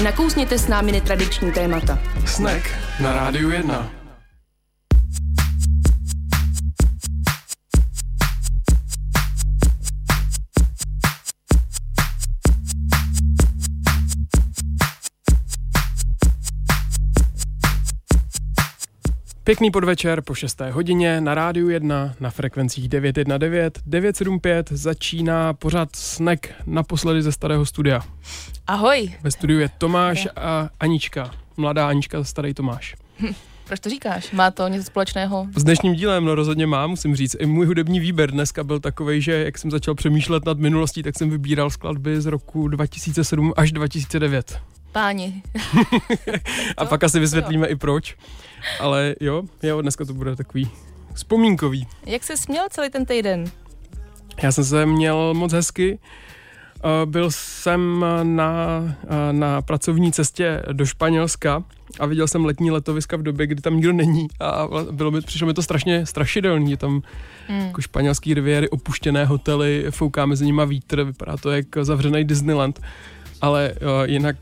Nakousněte s námi netradiční témata. Snack na Rádiu 1. Pěkný podvečer po 6. hodině na Rádiu 1 na frekvencích 919, 975 začíná pořad Snack naposledy ze starého studia. Ahoj. Ve studiu je Tomáš a Anička, mladá Anička, starý Tomáš. Proč to říkáš? Má to něco společného? S dnešním dílem, no rozhodně má, musím říct. I můj hudební výběr dneska byl takovej, že jak jsem začal přemýšlet nad minulostí, tak jsem vybíral skladby z roku 2007 až 2009. Páni. A pak asi vysvětlíme i proč. Ale jo, dneska to bude takový vzpomínkový. Jak jsi měl celý ten týden? Já jsem se měl moc hezky. Byl jsem na pracovní cestě do Španělska a viděl jsem letní letoviska v době, kdy tam nikdo není a přišlo mi to strašně strašidelný, je tam jako španělský riviéry, opuštěné hotely, fouká mezi nimi vítr, vypadá to jak zavřený Disneyland. Ale jinak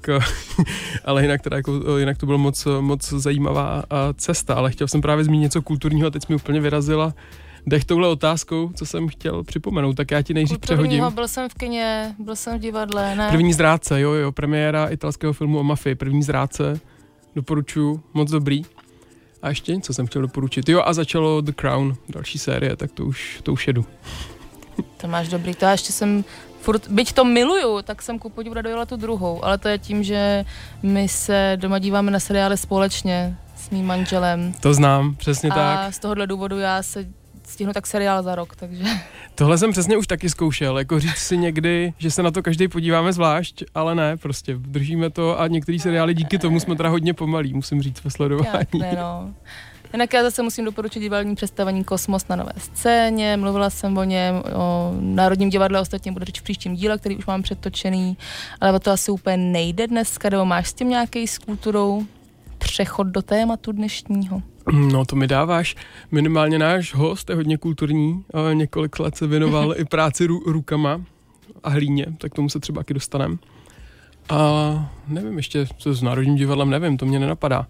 to bylo moc zajímavá cesta, ale chtěl jsem právě zmínit něco kulturního a teď mi úplně vyrazila dech touhle otázkou, co jsem chtěl připomenout, tak já ti nejdřív přehodím. Byl jsem v kině, byl jsem v divadle, ne? První zrádce, jo, premiéra italského filmu o mafii, První zrádce, doporučuji, moc dobrý. A ještě něco jsem chtěl doporučit, jo, a začalo The Crown, další série, tak to už jedu. To máš dobrý, to já ještě jsem furt, byť to miluju, tak jsem ku podivu dojela tu druhou, ale to je tím, že my se doma díváme na seriály společně s mým manželem. To znám, přesně tak. A z tohohle důvodu já se stihnu tak seriál za rok, takže... Tohle jsem přesně už taky zkoušel, jako říct si někdy, že se na to každý podíváme zvlášť, ale ne, prostě držíme to a některý seriály díky tomu jsme teda hodně pomalí, musím říct, ve sledování. Jinak já zase musím doporučit divadelní představení Kosmos na Nové scéně, mluvila jsem o něm, o Národním divadle, ostatně bude řeč v příštím díle, který už mám předtočený, ale o to asi úplně nejde dneska, nebo máš s tím nějaký s kulturou přechod do tématu dnešního? No to mi dáváš. Minimálně náš host je hodně kulturní, několik let se věnoval i práci rukama a hlíně, tak tomu se třeba taky dostaneme. A nevím, ještě co s Národním divadlem, nevím, to mě nenapadá.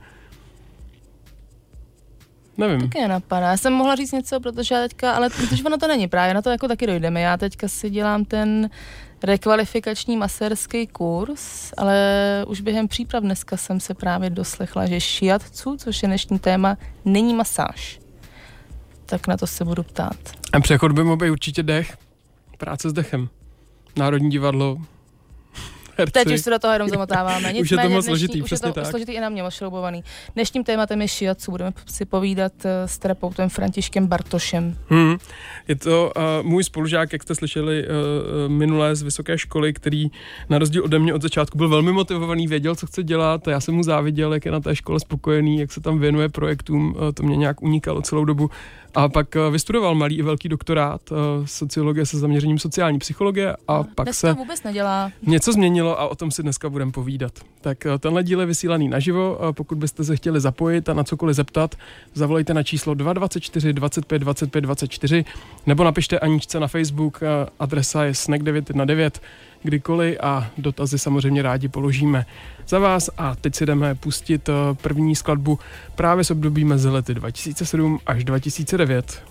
Nevím. Taky nenapadá. Já jsem mohla říct něco, protože já teďka, ale protože ono to není právě, na to jako taky dojdeme. Já teďka si dělám ten rekvalifikační masérský kurz, ale už během příprav dneska jsem se právě doslechla, že shiatsu, což je dnešní téma, není masáž. Tak na to se budu ptát. A přechod by mohl být určitě dech. Práce s dechem. Národní divadlo. Herci. Teď už se do toho jenom zamotáváme. Už je to moc složitý, přesně tak. Už je to složitý i na mě ošroubovaný. Dnešním tématem je shiatsu. Budeme si povídat s terapeutem Františkem Bartošem. Je to můj spolužák, jak jste slyšeli minulé z vysoké školy, který na rozdíl ode mě od začátku byl velmi motivovaný, věděl, co chce dělat. Já jsem mu záviděl, jak je na té škole spokojený, jak se tam věnuje projektům. To mě nějak unikalo celou dobu. A pak vystudoval malý i velký doktorát sociologie se zaměřením sociální psychologie a pak se vůbec nedělá. Něco změnilo a o tom si dneska budeme povídat. Tak tenhle díl je vysílaný naživo, pokud byste se chtěli zapojit a na cokoliv zeptat, zavolejte na číslo 224 25 25 24 nebo napište Aničce na Facebook, adresa je snack919 kdykoliv a dotazy samozřejmě rádi položíme za vás a teď si jdeme pustit první skladbu právě z období mezi lety 2007 až 2009.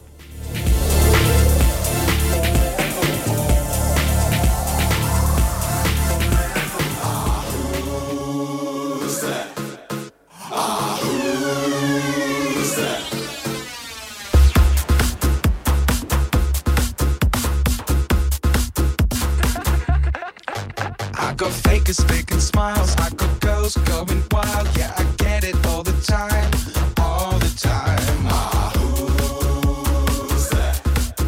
Fakers faking smiles, I got girls going wild. Yeah, I get it all the time, all the time. Who's that?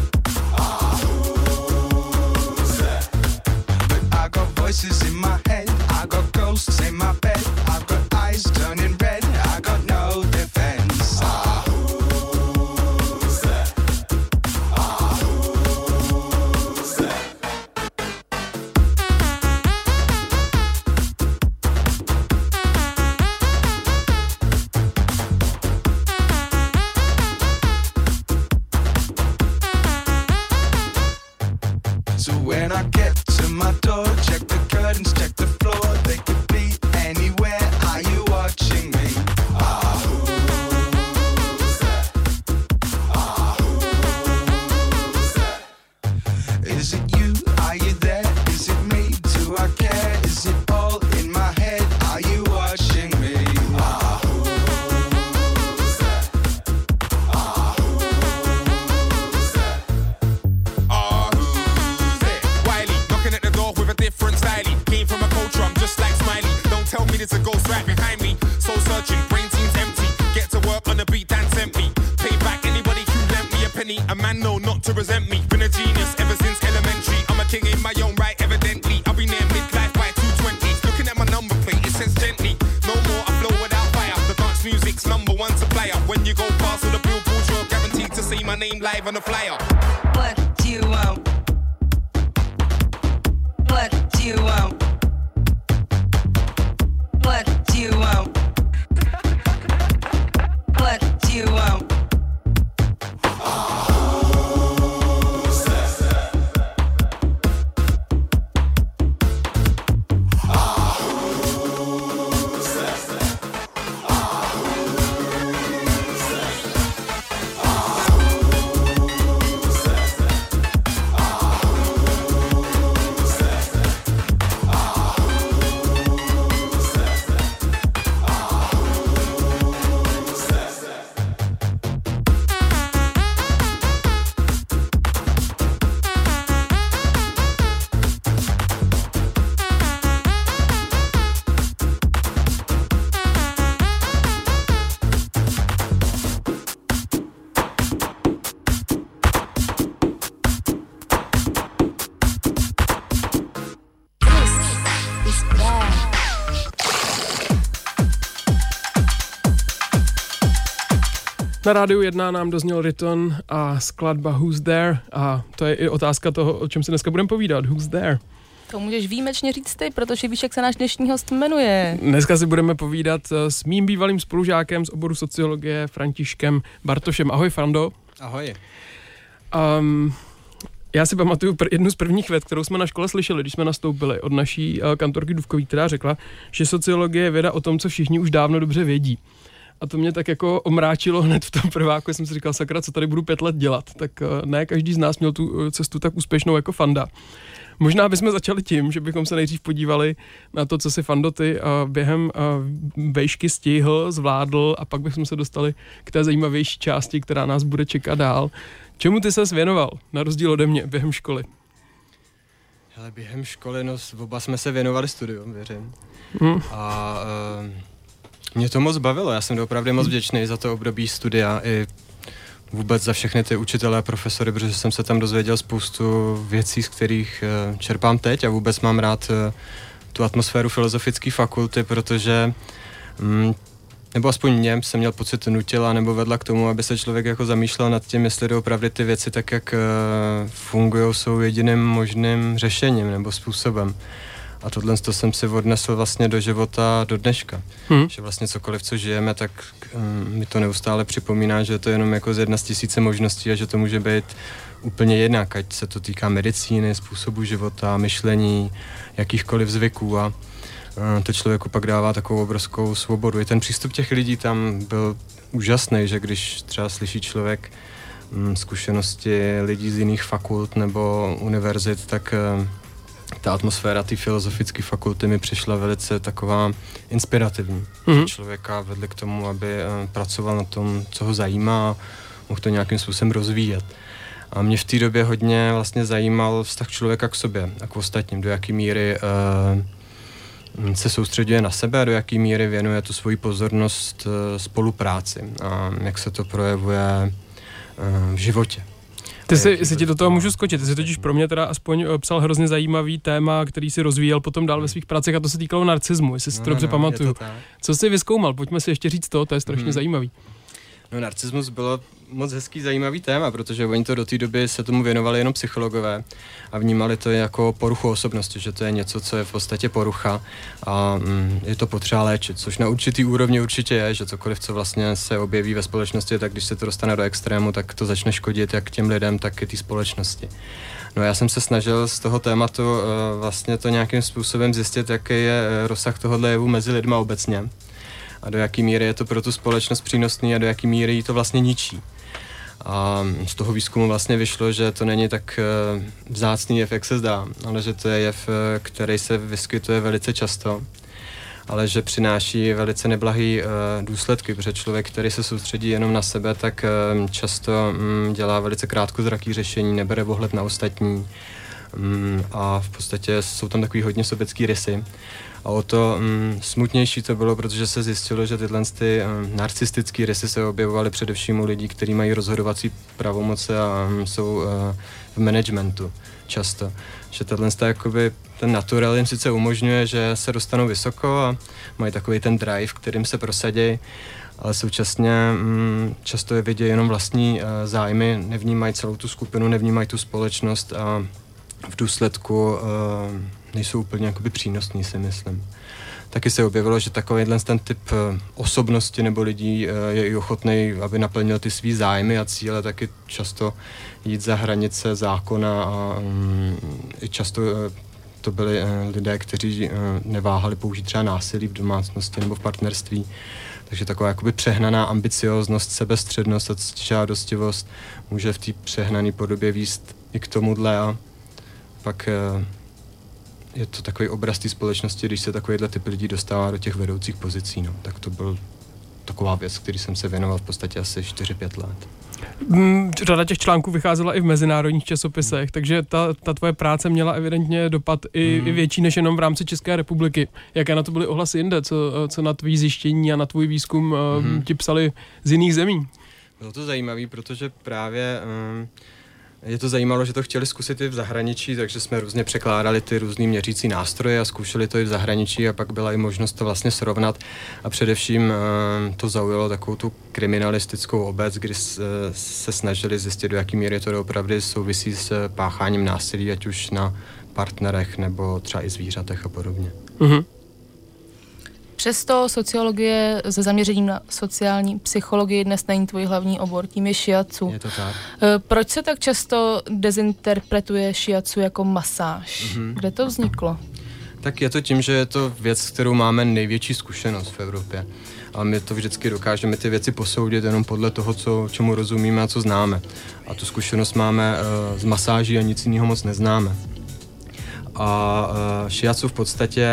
Who's that? But I got voices in my head, I got ghosts in my bed, I got me there's a ghost right behind me. Soul searching, brain seems empty. Get to work on the beat, Dan sent me. Pay back anybody who lent me a penny. A man know not to resent me. Been a genius ever since elementary. I'm a king in my own right, evidently. I'll be near midlife by 220. Looking at my number plate, it says gently. No more, I flow without fire. The dance music's #1 supplier. When you go past all the billboards, you're guaranteed to see my name live on the flyer. What do you want? What do you want? What do you want? What do you want? Na Rádiu 1 nám dozněl Riton a skladba Who's There a to je i otázka toho, o čem si dneska budeme povídat. Who's There? To můžeš výjimečně říct ty, protože víš, jak se náš dnešní host jmenuje. Dneska si budeme povídat s mým bývalým spolužákem z oboru sociologie Františkem Bartošem. Ahoj, Frando. Ahoj. Já si pamatuju jednu z prvních vět, kterou jsme na škole slyšeli, když jsme nastoupili od naší kantorky Duvkový, která řekla, že sociologie je věda o tom, co všichni už dávno dobře vědí. A to mě tak jako omráčilo hned v tom prváku, jsem si říkal, sakra, co tady budu 5 let dělat. Tak ne každý z nás měl tu cestu tak úspěšnou jako Fanda. Možná bychom začali tím, že bychom se nejdřív podívali na to, co si Fando ty během vejšky stihl, zvládl a pak bychom se dostali k té zajímavější části, která nás bude čekat dál. Čemu ty ses věnoval, na rozdíl ode mě, během školy? Hele, během školy, no oba jsme se věnovali studiu, věřím. A mě to moc bavilo, já jsem opravdu moc vděčný za to období studia i vůbec za všechny ty učitele a profesory, protože jsem se tam dozvěděl spoustu věcí, z kterých čerpám teď a vůbec mám rád tu atmosféru filozofické fakulty, protože nebo aspoň mě jsem měl pocit nutila nebo vedla k tomu, aby se člověk jako zamýšlel nad tím, jestli opravdu ty věci tak, jak fungují, jsou jediným možným řešením nebo způsobem. A tohle jsem si odnesl vlastně do života do dneška. Že vlastně cokoliv, co žijeme, tak mi to neustále připomíná, že to je jenom jako z 1 z 1000 možností a že to může být úplně jinak, ať se to týká medicíny, způsobu života, myšlení, jakýchkoliv zvyků a to člověku pak dává takovou obrovskou svobodu. I ten přístup těch lidí tam byl úžasný, že když třeba slyší člověk zkušenosti lidí z jiných fakult nebo univerzit, tak ta atmosféra té filozofické fakulty mi přišla velice taková inspirativní. Že člověka vedli k tomu, aby pracoval na tom, co ho zajímá a mohl to nějakým způsobem rozvíjet. A mě v té době hodně vlastně zajímal vztah člověka k sobě a k ostatním, do jaký míry se soustředuje na sebe a do jaký míry věnuje tu svoji pozornost spolupráci a jak se to projevuje v životě. Jestli ti do toho můžu skočit, ty jsi totiž pro mě teda aspoň psal hrozně zajímavý téma, který si rozvíjel potom dál ve svých pracích a to se týkalo narcismu, jestli si to dobře pamatuju. Co jsi vyzkoumal? Pojďme si ještě říct to je strašně zajímavý. No, narcismus bylo moc hezký, zajímavý téma, protože oni to do té doby se tomu věnovali jenom psychologové a vnímali to jako poruchu osobnosti, že to je něco, co je v podstatě porucha a je to potřeba léčit, což na určitý úrovni určitě je, že cokoliv, co vlastně se objeví ve společnosti, tak když se to dostane do extrému, tak to začne škodit jak těm lidem, tak i té společnosti. No já jsem se snažil z toho tématu vlastně to nějakým způsobem zjistit, jaký je rozsah tohohle jevu mezi lidma obecně a do jaký míry je to pro tu společnost přínosný a do jaký míry jí to vlastně ničí. A z toho výzkumu vlastně vyšlo, že to není tak vzácný jev, jak se zdá, ale že to je jev, který se vyskytuje velice často, ale že přináší velice neblahý důsledky, protože člověk, který se soustředí jenom na sebe, tak často dělá velice krátkozraký řešení, nebere ohled na ostatní a v podstatě jsou tam takový hodně sobecký rysy. A o to smutnější to bylo, protože se zjistilo, že tyhle narcistické rysy se objevovaly především u lidí, kteří mají rozhodovací pravomoce a jsou v managementu často. Že jakoby, ten natural jim sice umožňuje, že se dostanou vysoko a mají takový ten drive, kterým se prosadí, ale současně často je vidějí jenom vlastní zájmy, nevnímají celou tu skupinu, nevnímají tu společnost a v důsledku nejsou úplně jakoby přínosní, si myslím. Taky se objevilo, že takovýhle ten typ osobnosti nebo lidí je i ochotný, aby naplnil ty svý zájmy a cíle, taky často jít za hranice zákona a i často to byli lidé, kteří neváhali použít třeba násilí v domácnosti nebo v partnerství. Takže taková jakoby přehnaná ambicioznost, sebestřednost a žádostivost může v té přehnané podobě vést i k tomuhle a pak je to takový obraz té společnosti, když se takovýhle typ lidí dostává do těch vedoucích pozicí. No. Tak to byl taková věc, který jsem se věnoval v podstatě asi 4-5 let. Řada těch článků vycházela i v mezinárodních časopisech, takže ta tvoje práce měla evidentně dopad i větší než jenom v rámci České republiky. Jaké na to byly ohlasy jinde? Co na tvý zjištění a na tvůj výzkum ti psali z jiných zemí? Bylo to zajímavé, protože právě je to zajímalo, že to chtěli zkusit i v zahraničí, takže jsme různě překládali ty různý měřící nástroje a zkoušeli to i v zahraničí a pak byla i možnost to vlastně srovnat a především to zaujalo takovou tu kriminalistickou obec, kdy se snažili zjistit, do jaký míry to opravdu souvisí s pácháním násilí, ať už na partnerech nebo třeba i zvířatech a podobně. Mhm. Přesto sociologie se zaměřením na sociální psychologii dnes není tvůj hlavní obor, tím je šiacu. Je to tak. Proč se tak často dezinterpretuje šiacu jako masáž? Kde to vzniklo? Tak je to tím, že je to věc, s kterou máme největší zkušenost v Evropě. A my to vždycky dokážeme ty věci posoudit jenom podle toho, čemu rozumíme a co známe. A tu zkušenost máme z masáží a nic jiného moc neznáme. A šiacu v podstatě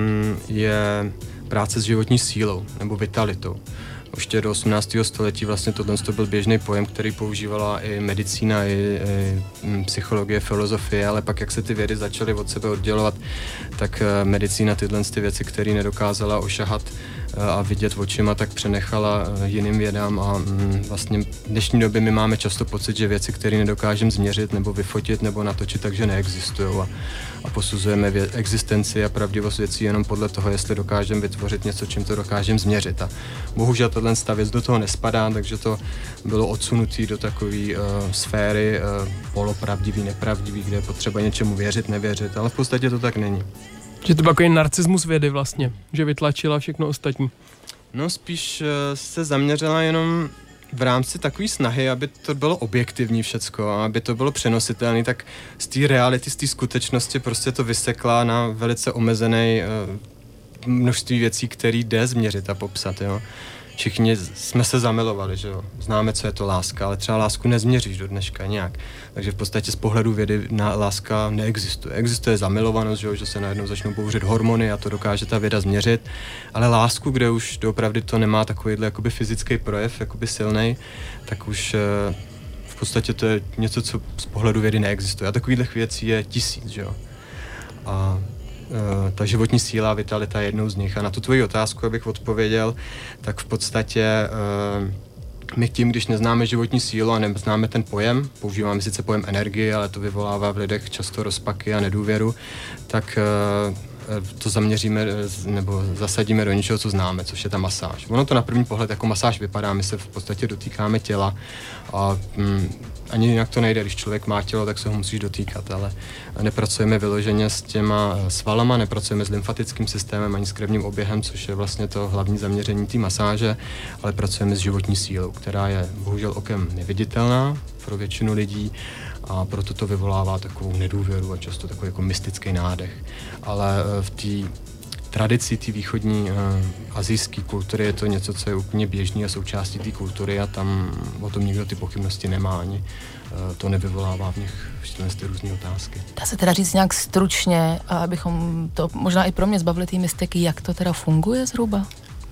je práce s životní sílou nebo vitalitou. Už do 18. století vlastně tohle byl běžný pojem, který používala i medicína, i psychologie, filozofie, ale pak jak se ty vědy začaly od sebe oddělovat, tak medicína tyhle věci, které nedokázala ošahat a vidět očima, tak přenechala jiným vědám a vlastně v dnešní době my máme často pocit, že věci, které nedokážeme změřit nebo vyfotit nebo natočit, takže neexistují a posuzujeme existenci a pravdivost věcí jenom podle toho, jestli dokážeme vytvořit něco, čím to dokážeme změřit. A bohužel tato věc do toho nespadá, takže to bylo odsunutý do takové sféry polopravdivý, nepravdivý, kde je potřeba něčemu věřit, nevěřit, ale v podstatě to tak není. Že to byl takový narcismus vědy vlastně, že vytlačila všechno ostatní. No spíš se zaměřila jenom v rámci takové snahy, aby to bylo objektivní všecko, aby to bylo přenositelné, tak z té reality, z té skutečnosti prostě to vysekla na velice omezené množství věcí, které jde změřit a popsat, jo. Všichni jsme se zamilovali, že jo. Známe, co je to láska, ale třeba lásku nezměříš do dneška nějak. Takže v podstatě z pohledu vědy láska neexistuje. Existuje zamilovanost, že se najednou začnou bouřit hormony a to dokáže ta věda změřit, ale lásku, kde už doopravdy to nemá takovýhle jakoby fyzický projev, jakoby silnej, tak už v podstatě to je něco, co z pohledu vědy neexistuje. A takových věcí je 1000, že jo. A ta životní síla a vitalita je jednou z nich. A na tu tvoji otázku, abych odpověděl, tak v podstatě my tím, když neznáme životní sílu a neznáme ten pojem, používáme sice pojem energie, ale to vyvolává v lidech často rozpaky a nedůvěru, tak to zaměříme nebo zasadíme do něčeho, co známe, což je ta masáž. Ono to na první pohled jako masáž vypadá, my se v podstatě dotýkáme těla a ani jinak to nejde, když člověk má tělo, tak se ho musíš dotýkat, ale nepracujeme vyloženě s těma svalama, nepracujeme s lymfatickým systémem ani s krevním oběhem, což je vlastně to hlavní zaměření té masáže, ale pracujeme s životní sílou, která je bohužel okem neviditelná pro většinu lidí a proto to vyvolává takovou nedůvěru a často takový jako mystický nádech. Ale v té tradici té východní asijské kultury je to něco, co je úplně běžný a součástí té kultury a tam o tom nikdo ty pochybnosti nemá ani. To nevyvolává v nich ty různé otázky. Dá se teda říct nějak stručně, abychom to možná i pro mě zbavili ty mystiky, jak to teda funguje zhruba?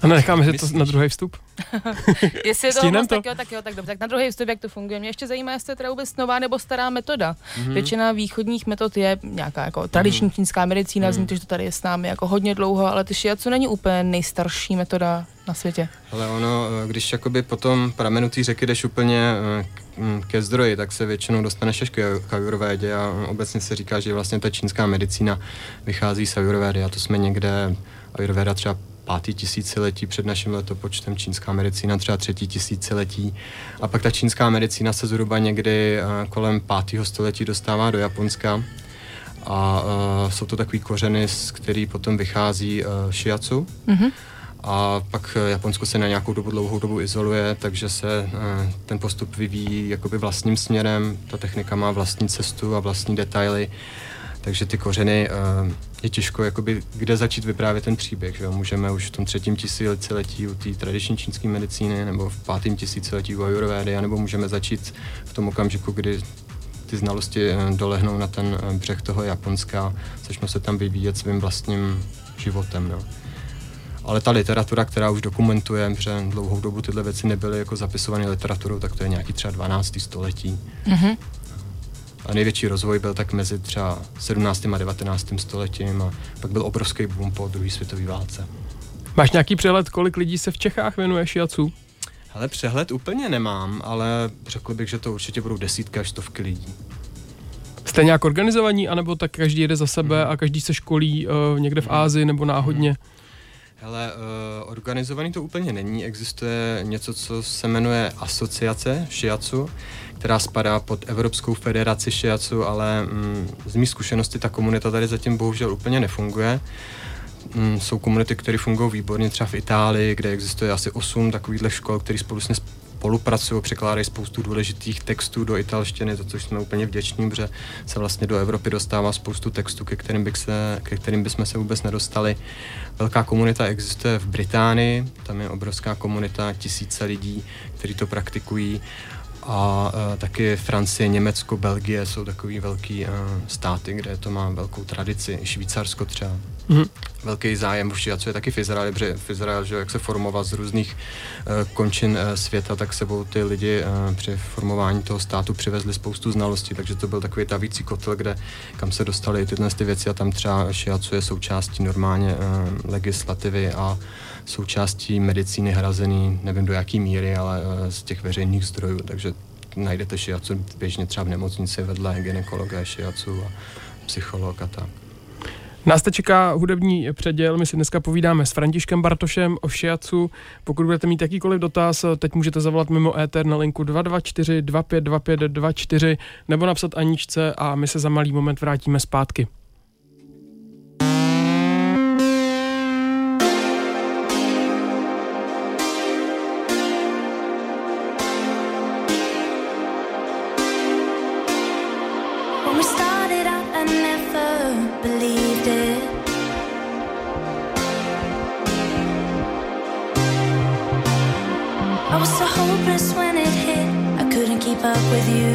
A necháme si to na druhý vstup? Jestli je to moc, tak jo, tak dobře. Tak na druhý vstup, jak to funguje. Mě ještě zajímá, jestli je teda vůbec nová nebo stará metoda. Většina východních metod je nějaká jako tradiční čínská medicína, zní to, že to tady je s námi jako hodně dlouho, ale ty shiatsu není úplně nejstarší metoda na světě. Ale ono, když jakoby potom pramenu té řeky jdeš úplně ke zdroji, tak se většinou dostaneš až k ajurvédě a obecně se říká, že vlastně ta čínská medicína vychází z ajurvédy a to jsme někde ajurvéda třeba 5. tisíciletí před naším letopočtem, čínská medicína třeba 3. tisíciletí a pak ta čínská medicína se zhruba někdy kolem 5. století dostává do Japonska a jsou to takový kořeny, z který potom vychází shiatsu. A pak Japonsko se na nějakou dlouhou dobu izoluje, takže se ten postup vyvíjí jakoby vlastním směrem, ta technika má vlastní cestu a vlastní detaily, takže ty kořeny je těžko jakoby kde začít vyprávět ten příběh, že jo? Můžeme už v tom 3. tisíciletí u té tradiční čínské medicíny nebo v 5. tisíciletí u ajurvédy, nebo můžeme začít v tom okamžiku, kdy ty znalosti dolehnou na ten břeh toho Japonska, začnou se tam vyvíjet svým vlastním životem, no. Ale ta literatura, která už dokumentuje, že dlouhou dobu tyhle věci nebyly jako zapisované literaturou, tak to je nějaký třeba 12. století. A největší rozvoj byl tak mezi třeba 17. a 19. stoletím a pak byl obrovský boom po druhé světové válce. Máš nějaký přehled, kolik lidí se v Čechách věnuje shiatsu? Hele, přehled úplně nemám, ale řekl bych, že to určitě budou desítky až stovky lidí. Jste nějak organizovaní, anebo tak každý jede za sebe a každý se školí někde v Ázii nebo náhodně? Hele, organizovaný to úplně není. Existuje něco, co se jmenuje Asociace shiatsu, která spadá pod Evropskou federaci shiatsu, ale z mých zkušeností ta komunita tady zatím bohužel úplně nefunguje. Jsou komunity, které fungují výborně, třeba v Itálii, kde existuje asi 8 takovýchhle škol, které spolupracují, překládají spoustu důležitých textů do italštiny, za což jsme úplně vděční, protože se vlastně do Evropy dostává spoustu textů, ke kterým bychom se vůbec nedostali. Velká komunita existuje v Británii, tam je obrovská komunita, tisíce lidí, kteří to praktikují. A taky Francie, Německo, Belgie jsou takový velký státy, kde to má velkou tradici. Švýcarsko třeba. Velký zájem v shiatsu je taky v Izraeli, protože v Izraeli, že jak se formoval z různých končin světa, tak sebou ty lidi při formování toho státu přivezli spoustu znalostí, takže to byl takový tavící kotel, kam se dostaly tyhle věci a tam třeba shiatsu je součástí normálně legislativy a součástí medicíny hrazený, nevím do jaký míry, ale z těch veřejných zdrojů, takže najdete shiatsu běžně třeba v nemocnici vedle gynekologa, shiatsu a psycholog a tak. Nás teď čeká hudební předěl, my si dneska povídáme s Františkem Bartošem o shiatsu. Pokud budete mít jakýkoliv dotaz, teď můžete zavolat mimo éter na linku 224 2525 24 nebo napsat Aničce a my se za malý moment vrátíme zpátky. Up with you.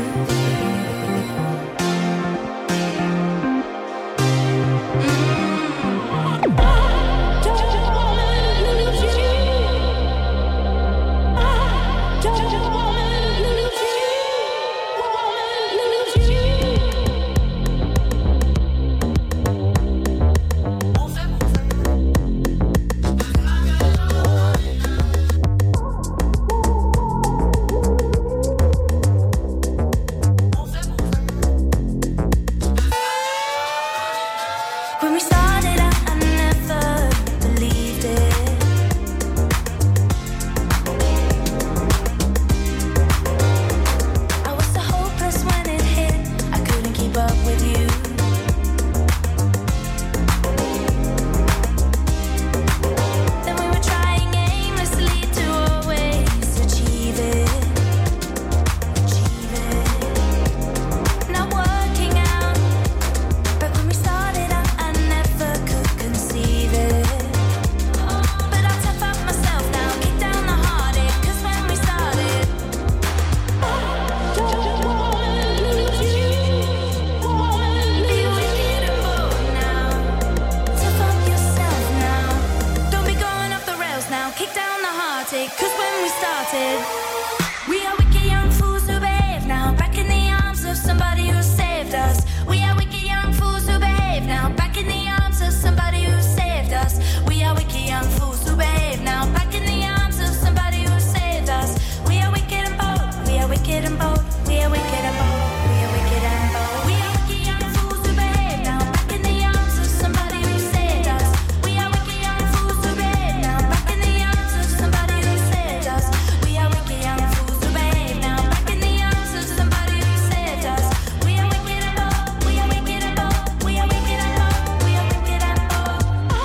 now, kick down the heartache. Cause when we started, we are wicked young fools who behave now, back in the arms of somebody who saved us. We are wicked young fools who behave now, back in the arms of somebody who saved us. We are wicked young fools who behave now, back in the arms of somebody who saved us. We are wicked and bold, we are wicked and bold, we are wicked and bold, we are wicked and bold. We are wicked young fools who behave now, back in the arms of somebody who saved us. We are wicked young fools who behave now, back in the arms of somebody who saved us. We are wicked young fools who behave now, back in the arms of somebody who saved us. We are wicked and bold, we are wicked and bold, we are wicked and bold, we are wicked and bold.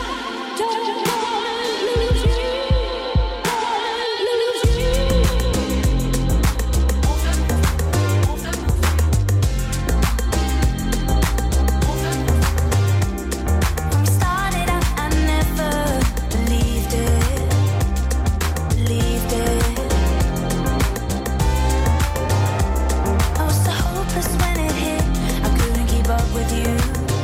When we started out, I never believed it, believed it. I was so hopeless when it hit, I couldn't keep up with you.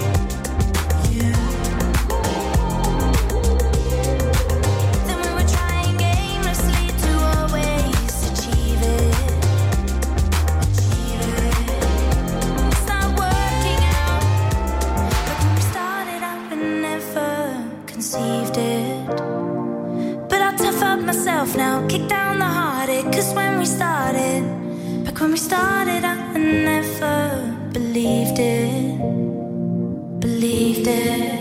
Then we were trying aimlessly to always achieve it, achieve it. It's not working out. But when we started out, we never conceived it. But I'll tough up myself now, kick down the heartache. Cause when we started, back when we started out, I never believed it, believed it.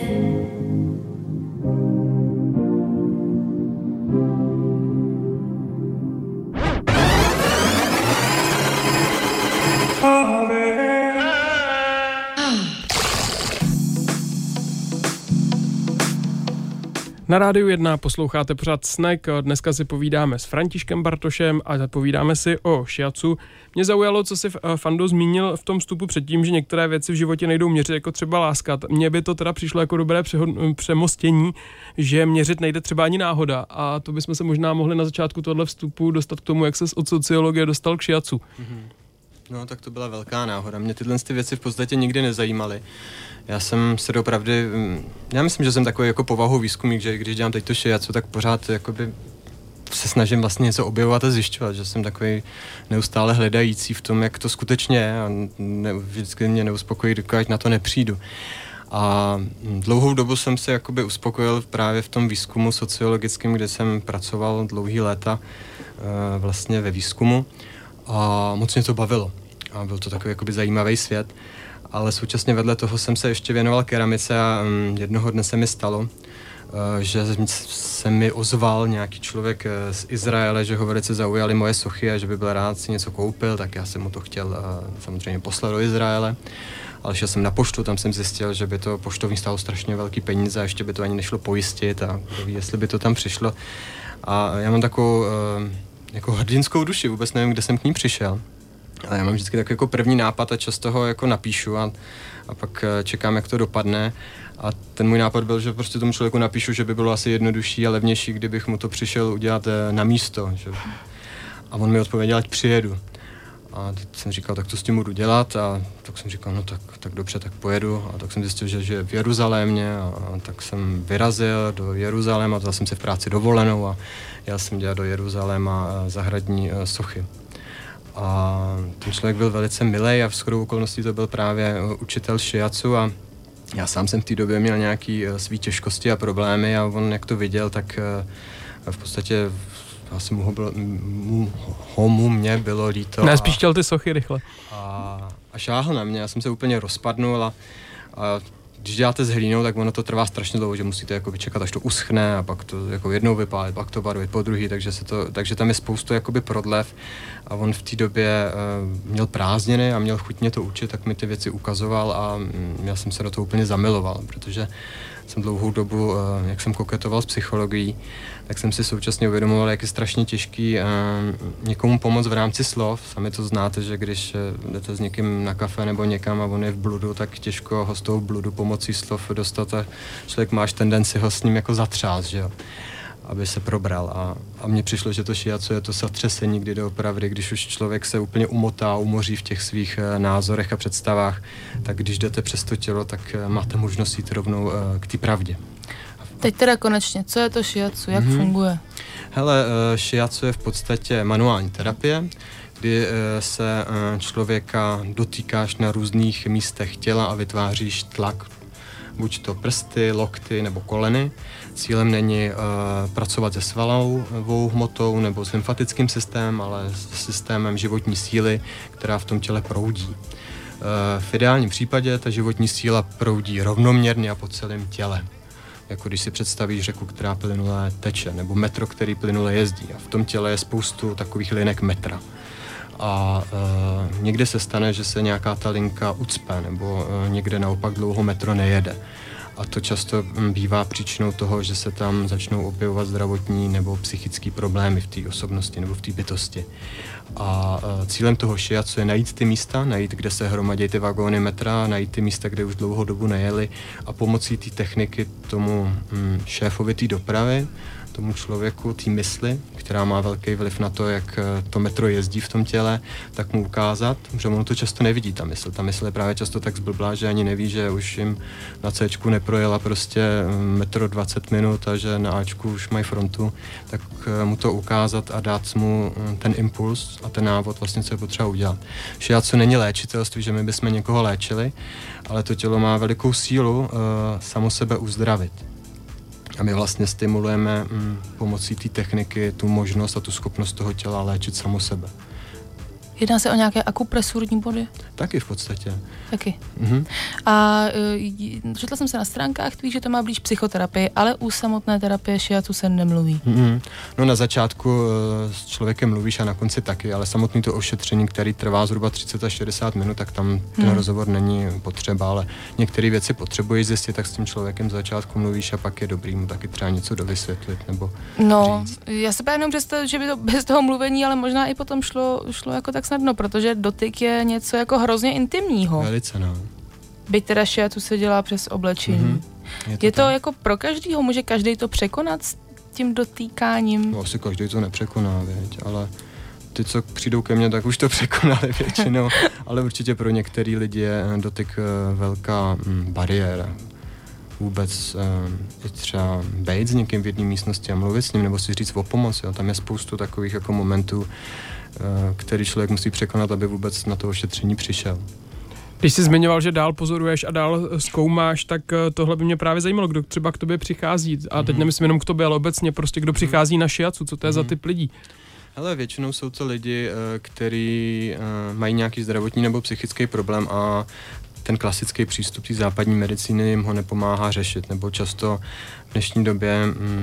Na Rádiu 1 posloucháte pořád Snack. Dneska si povídáme s Františkem Bartošem a povídáme si o šiacu. Mě zaujalo, co si Fando zmínil v tom vstupu předtím, že některé věci v životě nejdou měřit, jako třeba láskat. Mně by to teda přišlo jako dobré přemostění, že měřit nejde třeba ani náhoda. A to bychom se možná mohli na začátku tohle vstupu dostat k tomu, jak ses od sociologie dostal k šiacu. No, tak to byla velká náhoda. Mě tyhle věci v podstatě nikdy nezajímaly. Já jsem se opravdy, já myslím, že jsem takový jako povahou výzkumník, že když dělám teď to šiacu, tak pořád jakoby se snažím vlastně něco objevovat a zjišťovat, že jsem takový neustále hledající v tom, jak to skutečně je a vždycky mě neuspokojí, dokud na to nepřijdu. A dlouhou dobu jsem se jakoby uspokojil právě v tom výzkumu sociologickém, kde jsem pracoval dlouhý léta vlastně ve výzkumu a moc mě to bavilo. A byl to takový jakoby zajímavý svět. Ale současně vedle toho jsem se ještě věnoval keramice a jednoho dne se mi stalo, že se mi ozval nějaký člověk z Izraele, že ho velice zaujaly moje sochy a že by byl rád si něco koupil, tak já jsem mu to chtěl samozřejmě poslat do Izraele. Ale šel jsem na poštu, tam jsem zjistil, že by to poštovní stálo strašně velký peníze a ještě by to ani nešlo pojistit a kdo ví, jestli by to tam přišlo. A já mám takovou jako hrdinskou duši, vůbec nevím, kde jsem k ní přišel. Ale já mám vždycky takový jako první nápad a často ho jako napíšu a pak čekám, jak to dopadne. A ten můj nápad byl, že prostě tomu člověku napíšu, že by bylo asi jednodušší a levnější, kdybych mu to přišel udělat na místo. Že? A on mi odpověděl, ať přijedu. A teď jsem říkal, tak to s tím budu dělat a tak jsem říkal, no tak dobře, tak pojedu. A tak jsem zjistil, že je v Jeruzalémě a tak jsem vyrazil do Jeruzaléma, dal jsem si v práci dovolenou a já jsem dělal do Jeruzaléma zahradní sochy. A ten člověk byl velice milej a v shodou okolností to byl právě učitel šiacu a já sám jsem v té době měl nějaký svý těžkosti a problémy a on jak to viděl, tak v podstatě asi mě bylo líto. Ne, spíš chtěl ty sochy rychle. A šáhl na mě, já jsem se úplně rozpadnul a když děláte s hlínou, tak ono to trvá strašně dlouho, že musíte jako vyčekat, až to uschne a pak to jako jednou vypálit, pak to barvit po druhý, takže tam je spoustu jakoby prodlev a on v té době měl prázdniny a měl chuť mě to učit, tak mi ty věci ukazoval a já jsem se do toho úplně zamiloval, protože jsem dlouhou dobu, jak jsem koketoval s psychologií, tak jsem si současně uvědomoval, jak je strašně těžký někomu pomoct v rámci slov. Sami to znáte, že když jdete s někým na kafe nebo někam a on je v bludu, tak těžko ho z toho bludu pomocí slov dostat a člověk máš tendenci ho s ním jako zatřást, že jo, aby se probral. A mně přišlo, že to šiacu je to zatřesení, kdy doopravdy, když už člověk se úplně umotá, umoří v těch svých názorech a představách, tak když jdete přes to tělo, tak máte možnost jít rovnou k té pravdě. Teď teda konečně, co je to šiacu, jak funguje? Hele, shiatsu je v podstatě manuální terapie, kdy se člověka dotýkáš na různých místech těla a vytváříš tlak, buď to prsty, lokty nebo koleny. Cílem není pracovat se svalovou hmotou nebo s lymfatickým systémem, ale s systémem životní síly, která v tom těle proudí. V ideálním případě ta životní síla proudí rovnoměrně a po celém těle. Jako když si představíš řeku, která plynule teče, nebo metro, který plynule jezdí. A v tom těle je spoustu takových linek metra. A někde se stane, že se nějaká ta linka ucpe, nebo někde naopak dlouho metro nejede. A to často bývá příčinou toho, že se tam začnou objevovat zdravotní nebo psychické problémy v té osobnosti nebo v té bytosti. A cílem toho shiatsu je najít ty místa, najít, kde se hromadí ty vagóny metra, najít ty místa, kde už dlouhou dobu nejeli a pomocí té techniky tomu šéfovi té dopravy, tomu člověku, té mysli, která má velký vliv na to, jak to metro jezdí v tom těle, tak mu ukázat, že ono to často nevidí, ta mysl. Ta mysl je právě často tak zblblá, že ani neví, že už jim na Cčku neprojela prostě metro 20 minut a že na Ačku už mají frontu, tak mu to ukázat a dát mu ten impuls a ten návod vlastně, co je potřeba udělat. Shiatsu není léčitelství, že my bychom někoho léčili, ale to tělo má velikou sílu samo sebe uzdravit. A my vlastně stimulujeme pomocí té techniky tu možnost a tu schopnost toho těla léčit samo sebe. Jedná se o nějaké akupresurní body? Taky v podstatě. Taky. A četla jsem se na stránkách tvých, že to má blíž psychoterapii, ale u samotné terapie shiatsu se nemluví. No na začátku s člověkem mluvíš a na konci taky, ale samotný to ošetření, který trvá zhruba 30 až 60 minut, tak tam ten rozhovor není potřeba, ale některé věci potřebuješ zjistit, tak s tím člověkem z začátku mluvíš a pak je dobrý mu taky třeba něco dovysvětlit nebo říct. Já se jenom představit, že by to bez toho mluvení, ale možná i potom šlo jako tak snadno, protože dotyk je něco jako hrozně intimního. Velice, no. Byť teda shiatsu se dělá přes oblečení. Je to jako pro každýho, může každý to překonat s tím dotýkáním? No, asi každý to nepřekoná, věď, ale ty, co přijdou ke mně, tak už to překonali většinou, ale určitě pro některý lidi je dotyk velká bariéra. Vůbec i třeba bejt s někým v jedné místnosti a mluvit s ním, nebo si říct o pomoc, jo. Tam je spoustu takových jako momentů, který člověk musí překonat, aby vůbec na to ošetření přišel. Když jsi zmiňoval, že dál pozoruješ a dál zkoumáš, tak tohle by mě právě zajímalo, kdo třeba k tobě přichází. A teď nemyslím jenom k tobě, ale obecně prostě kdo přichází na shiatsu, co to je za typ lidí? Hele, většinou jsou to lidi, kteří mají nějaký zdravotní nebo psychický problém a ten klasický přístup té západní medicíny jim ho nepomáhá řešit, nebo často v dnešní době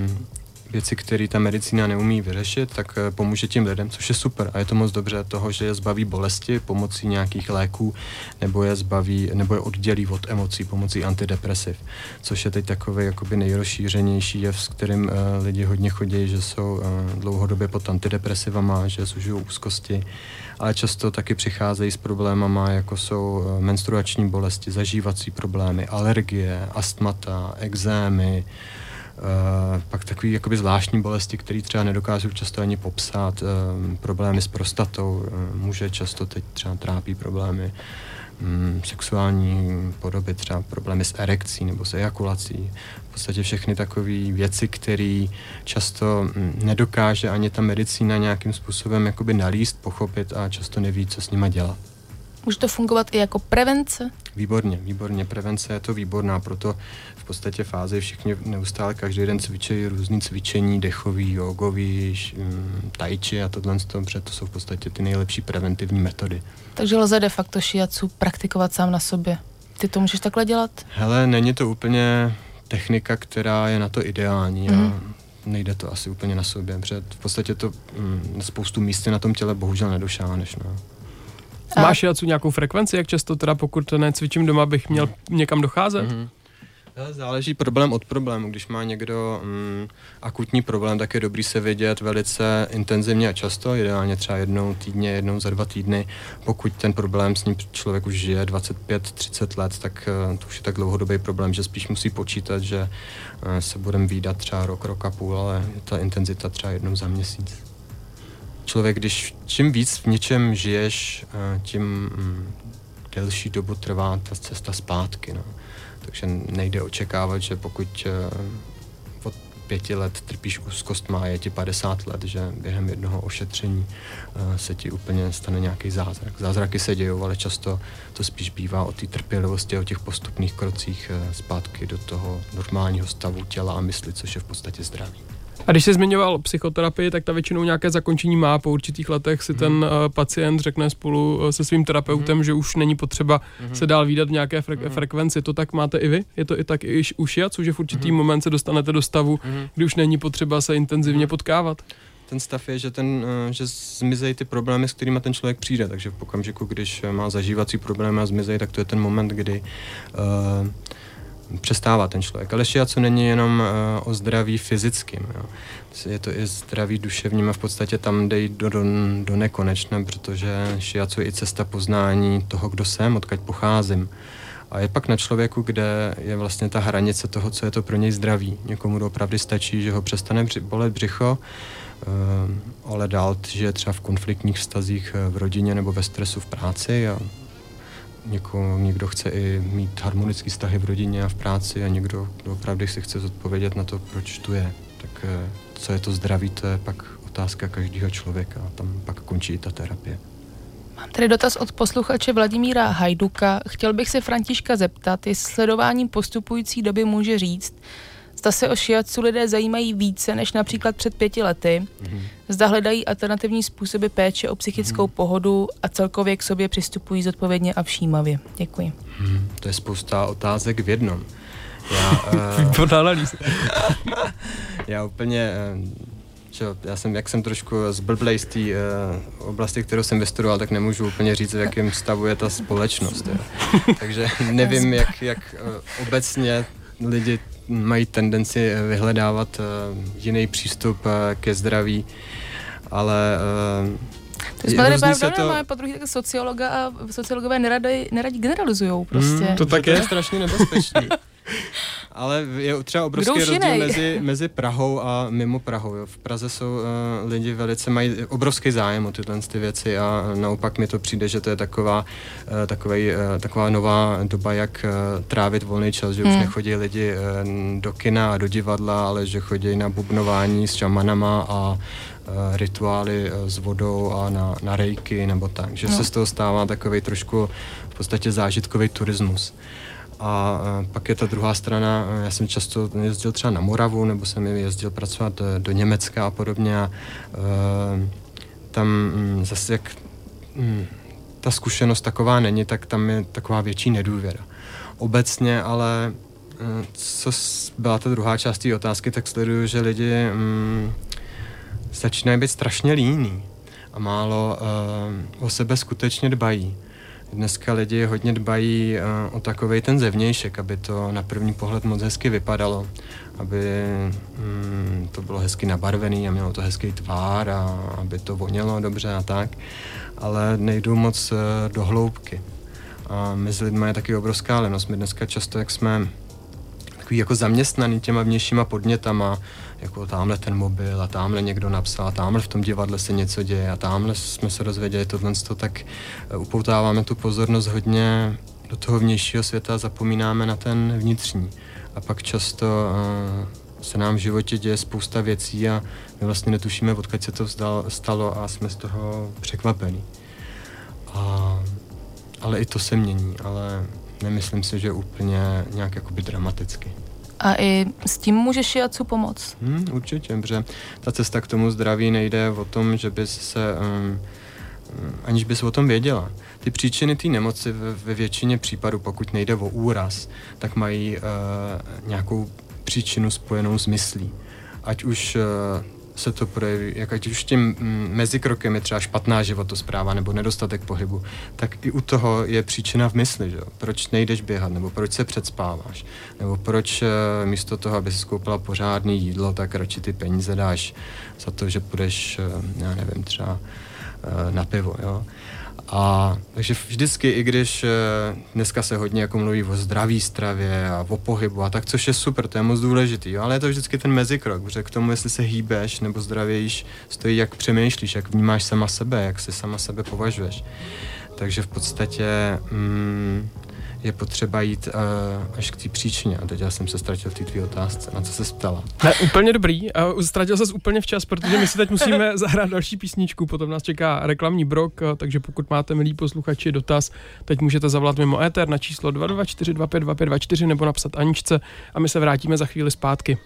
věci, které ta medicína neumí vyřešit, tak pomůže tím lidem, což je super a je to moc dobře toho, že je zbaví bolesti pomocí nějakých léků nebo je oddělí od emocí pomocí antidepresiv, což je teď takový jakoby nejrozšířenější jev, s kterým lidi hodně chodí, že jsou dlouhodobě pod antidepresivama, že zužují úzkosti, ale často taky přicházejí s problémama, jako jsou menstruační bolesti, zažívací problémy, alergie, astmata, ekzémy, pak takový jakoby zvláštní bolesti, které třeba nedokážou často ani popsat, problémy s prostatou, muže často teď třeba trápí problémy sexuální podoby, třeba problémy s erekcí nebo s ejakulací. V podstatě všechny takové věci, které často nedokáže ani ta medicína nějakým způsobem jakoby nalíst, pochopit a často neví, co s nima dělat. Může to fungovat i jako prevence? Výborně. Prevence je to výborná, proto v podstatě fázi všichni neustále každý den cvičí různý cvičení, dechový, jogový, tai chi a tohle, protože to jsou v podstatě ty nejlepší preventivní metody. Takže lze de facto shiatsu praktikovat sám na sobě. Ty to můžeš takhle dělat? Hele, není to úplně technika, která je na to ideální a nejde to asi úplně na sobě, protože v podstatě to spoustu místy na tom těle bohužel nedošáhneš, no. Máš shiatsu nějakou frekvenci, jak často teda pokud necvičím doma, bych měl někam docházet? Záleží problém od problému. Když má někdo akutní problém, tak je dobrý se vidět velice intenzivně a často, ideálně třeba jednou týdně, jednou za 2 týdny. Pokud ten problém s ním člověk už žije 25-30 let, tak to už je tak dlouhodobý problém, že spíš musí počítat, že se budeme vídat třeba rok a půl, ale ta intenzita třeba jednou za měsíc. Člověk, čím víc v něčem žiješ, tím delší dobu trvá ta cesta zpátky. No. Takže nejde očekávat, že pokud 5 let trpíš úzkostma a je ti 50 let, že během jednoho ošetření se ti úplně stane nějaký zázrak. Zázraky se dějou, ale často to spíš bývá o té trpělivosti a o těch postupných krocích zpátky do toho normálního stavu těla a mysli, což je v podstatě zdraví. A když jsi zmiňoval psychoterapii, tak ta většinou nějaké zakončení má. Po určitých letech si ten pacient řekne spolu se svým terapeutem, že už není potřeba se dál vídat v nějaké frekvenci. To tak máte i vy? Je to i tak i u šiaců, že v určitý moment se dostanete do stavu, kdy už není potřeba se intenzivně potkávat? Ten stav je, že zmizejí ty problémy, s kterými ten člověk přijde. Takže v okamžiku, když má zažívací problémy a zmizejí, tak to je ten moment, kdy přestává ten člověk. Ale šiacu není jenom o zdraví fyzickým. Jo. Je to i zdraví duševním a v podstatě tam jde do nekonečna, protože šiacu je i cesta poznání toho, kdo jsem, odkud pocházím. A je pak na člověku, kde je vlastně ta hranice toho, co je to pro něj zdraví. Někomu to opravdu stačí, že ho přestane bolet břicho, ale dál žije třeba v konfliktních vztazích v rodině nebo ve stresu v práci a někdo chce i mít harmonické vztahy v rodině a v práci a někdo opravdu si chce zodpovědět na to, proč tu je. Tak co je to zdraví, to je pak otázka každého člověka a tam pak končí i ta terapie. Mám tady dotaz od posluchače Vladimíra Hajduka. Chtěl bych se Františka zeptat, jestli sledováním postupující doby může říct, zda se o šiacu lidé zajímají více než například před 5 lety, zda hledají alternativní způsoby péče o psychickou pohodu a celkově k sobě přistupují zodpovědně a všímavě. Děkuji. To je spousta otázek v jednom. Já úplně... jak jsem trošku zblblej z té oblasti, kterou jsem vystudoval, tak nemůžu úplně říct, v jakém stavu je ta společnost. Takže nevím, jak obecně lidi mají tendenci vyhledávat jiný přístup ke zdraví, ale máme po druhý také sociologa a sociologové neradi generalizujou prostě. To tak je strašně nebezpečný. Ale je třeba obrovský rozdíl mezi Prahou a mimo Prahou. Jo. V Praze jsou lidi mají obrovský zájem o tyhle věci a naopak mi to přijde, že to je taková nová doba, jak trávit volný čas, že už nechodí lidi do kina a do divadla, ale že chodí na bubnování s šamanama a rituály s vodou a na rejky nebo tak. Že se z toho stává takovej trošku v podstatě zážitkový turismus. A pak je ta druhá strana, já jsem často jezdil třeba na Moravu, nebo jsem jezdil pracovat do Německa a podobně a tam zase jak ta zkušenost taková není, tak tam je taková větší nedůvěra. Obecně, ale co byla ta druhá část té otázky, tak sleduju, že lidi začínají být strašně líní a málo o sebe skutečně dbají. Dneska lidi hodně dbají o takovej ten zevnějšek, aby to na první pohled moc hezky vypadalo, aby to bylo hezky nabarvený a mělo to hezký tvár a aby to vonělo dobře a tak, ale nejdou moc do hloubky. A mezi lidmi je taky obrovská lenost. My dneska často, jak jsme takový jako zaměstnaný těma vnějšíma podnětama, jako tamhle ten mobil a tamhle někdo napsal, a tamhle v tom divadle se něco děje a tamhle jsme se dozvěděli tohle, tak upoutáváme tu pozornost hodně do toho vnějšího světa a zapomínáme na ten vnitřní. A pak často se nám v životě děje spousta věcí a my vlastně netušíme, odkud se to stalo a jsme z toho překvapení. Ale i to se mění, ale nemyslím si, že úplně nějak jakoby dramaticky. A i s tím může šiacu pomoct? Určitě, protože ta cesta k tomu zdraví nejde o tom, že bys se, aniž bys o tom věděla. Ty příčiny té nemoci ve většině případů, pokud nejde o úraz, tak mají nějakou příčinu spojenou s myslí. Ať už se to projeví, ať už tím mezikrokem je třeba špatná životospráva nebo nedostatek pohybu, tak i u toho je příčina v mysli, že? Proč nejdeš běhat, nebo proč se předspáváš, nebo proč místo toho, aby si koupila pořádný jídlo, tak radši ty peníze dáš za to, že půjdeš, já nevím, třeba na pivo, jo. A takže vždycky, i když dneska se hodně jako mluví o zdraví stravě a o pohybu a tak, což je super, to je moc důležitý, jo? Ale je to vždycky ten mezikrok, protože k tomu, jestli se hýbeš nebo zdravějíš, stojí, jak přemýšlíš, jak vnímáš sama sebe, jak si sama sebe považuješ. Takže v podstatě je potřeba jít až k té příčině. A teď já jsem se ztratil v té tvý otázce. Na co se ptala? Ne, úplně dobrý. Ztratil ses úplně včas, protože my si teď musíme zahrát další písničku. Potom nás čeká reklamní brok, takže pokud máte, milí posluchači, dotaz, teď můžete zavolat mimo éter na číslo 224 25 2524 nebo napsat Aničce a my se vrátíme za chvíli zpátky.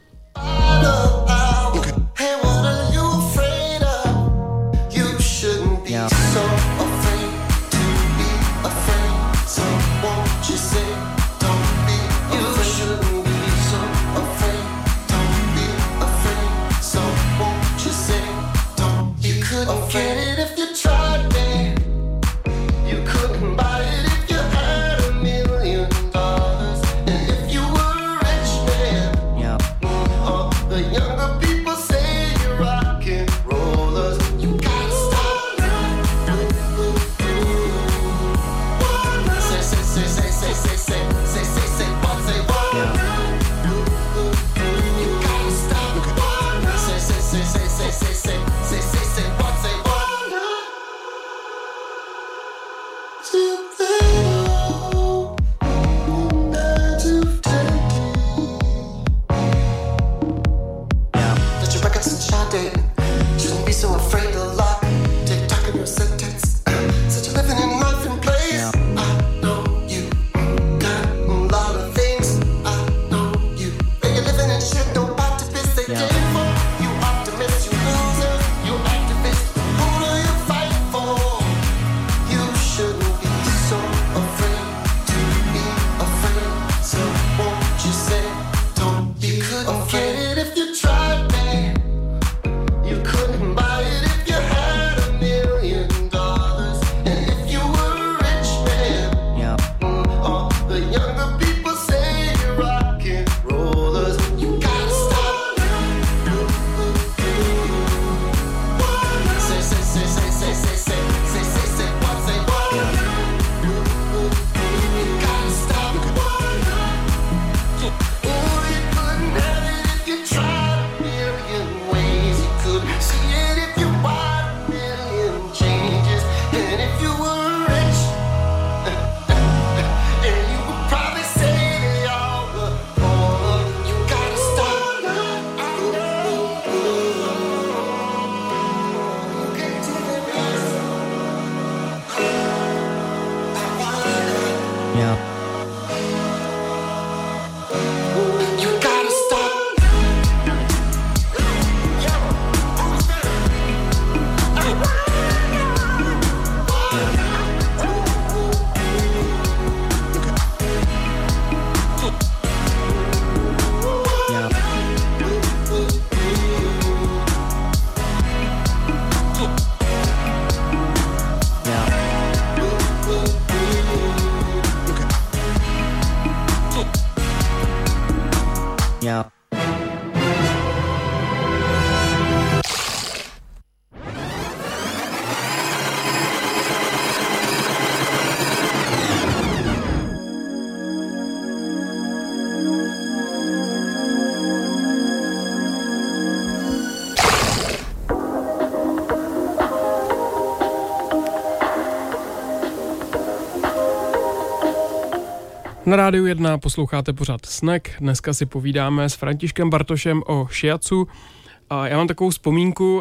Na Rádiu 1 posloucháte pořád Snack. Dneska si povídáme s Františkem Bartošem o shiatsu. A já mám takovou vzpomínku,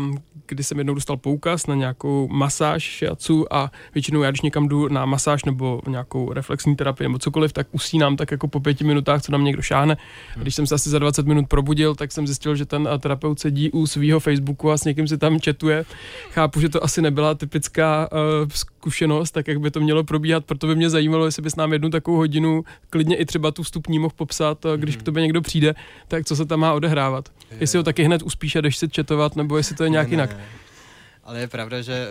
kdy jsem jednou dostal poukaz na nějakou masáž shiatsu a většinou já, když někam jdu na masáž nebo nějakou reflexní terapii nebo cokoliv, tak usínám tak jako po 5 minutách, co na mě někdo šáhne. A když jsem se asi za 20 minut probudil, tak jsem zjistil, že ten terapeut sedí u svého Facebooku a s někým si tam chatuje. Chápu, že to asi nebyla typická zkušenost, tak jak by to mělo probíhat, proto by mě zajímalo, jestli bys nám jednu takovou hodinu, klidně i třeba tu vstupní mohl popsat, když k tobě někdo přijde, tak co se tam má odehrávat. Jestli ho taky hned uspíš a jdeš si chatovat, nebo jestli to je nějak jinak. Ale je pravda, že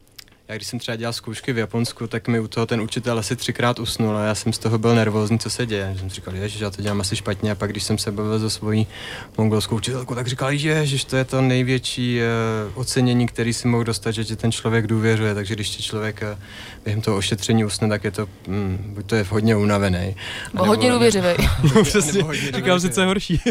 já když jsem třeba dělal zkoušky v Japonsku, tak mi u toho ten učitel asi 3krát usnul a já jsem z toho byl nervózní, co se děje. Jsem si říkal, ježiš, já to dělám asi špatně, a pak když jsem se bavil se svojí mongolskou učitelkou, tak říkal, ježiš, to je to největší ocenění, který si mohl dostat, že ti ten člověk důvěřuje, takže když ti člověk během toho ošetření usne, tak je to, buď to je hodně unavený. Hodně důvěřivý. Přesně, říkám si, co je horší.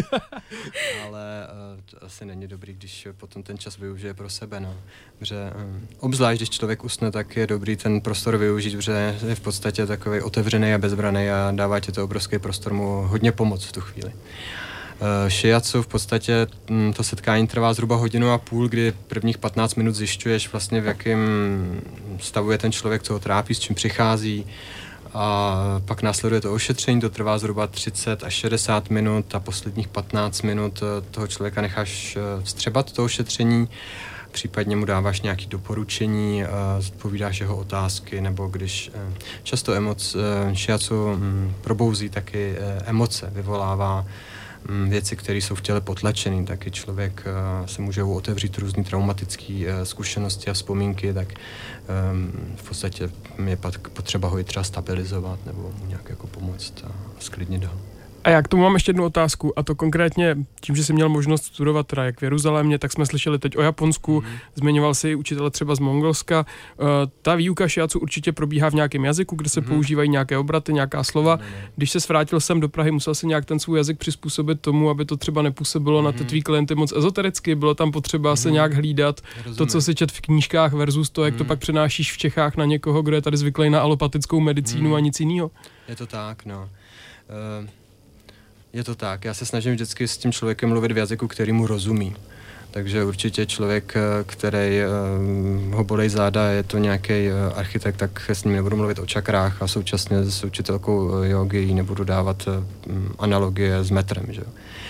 Ale to asi není dobrý, když potom ten čas využije pro sebe, no. Protože obzvlášť, když člověk usne, tak je dobrý ten prostor využít, protože je v podstatě takový otevřený a bezbraný a dává ti to obrovský prostor mu hodně pomoct v tu chvíli. Shiatsu v podstatě to setkání trvá zhruba 1,5 hodiny, kdy prvních 15 minut zjišťuješ vlastně v jakém stavu je ten člověk, co ho trápí, s čím přichází. A pak následuje to ošetření, to trvá zhruba 30 až 60 minut a posledních 15 minut toho člověka necháš vstřebat to ošetření, případně mu dáváš nějaké doporučení, zodpovídáš jeho otázky, nebo když často shiatsu probouzí taky emoce, vyvolává věci, které jsou v těle potlačené, taky člověk se může otevřít různý traumatické zkušenosti a vzpomínky, tak v podstatě je potřeba ho i třeba stabilizovat nebo mu nějak jako pomoct a sklidnit ho. A já k tomu mám ještě jednu otázku, a to konkrétně tím, že jsi měl možnost studovat teda jak v Jeruzalémě, tak jsme slyšeli teď o Japonsku, zmiňoval si učitele třeba z Mongolska. Ta výuka shiatsu určitě probíhá v nějakém jazyku, kde se používají nějaké obraty, nějaká slova. Když se vrátil sem do Prahy, musel si nějak ten svůj jazyk přizpůsobit tomu, aby to třeba nepůsobilo na ty tvý klienty moc ezotericky, bylo tam potřeba se nějak hlídat. To, co si čet v knížkách versus to, jak to pak přenášíš v Čechách na někoho, kdo je tady zvyklý na alopatickou medicínu a nic jiného. Je to tak, no. Je to tak, já se snažím vždycky s tím člověkem mluvit v jazyku, který mu rozumí. Takže určitě člověk, který ho bolej záda, je to nějaký architekt, tak s ním nebudu mluvit o čakrách a současně s učitelkou jógy nebudu dávat analogie s metrem. Že?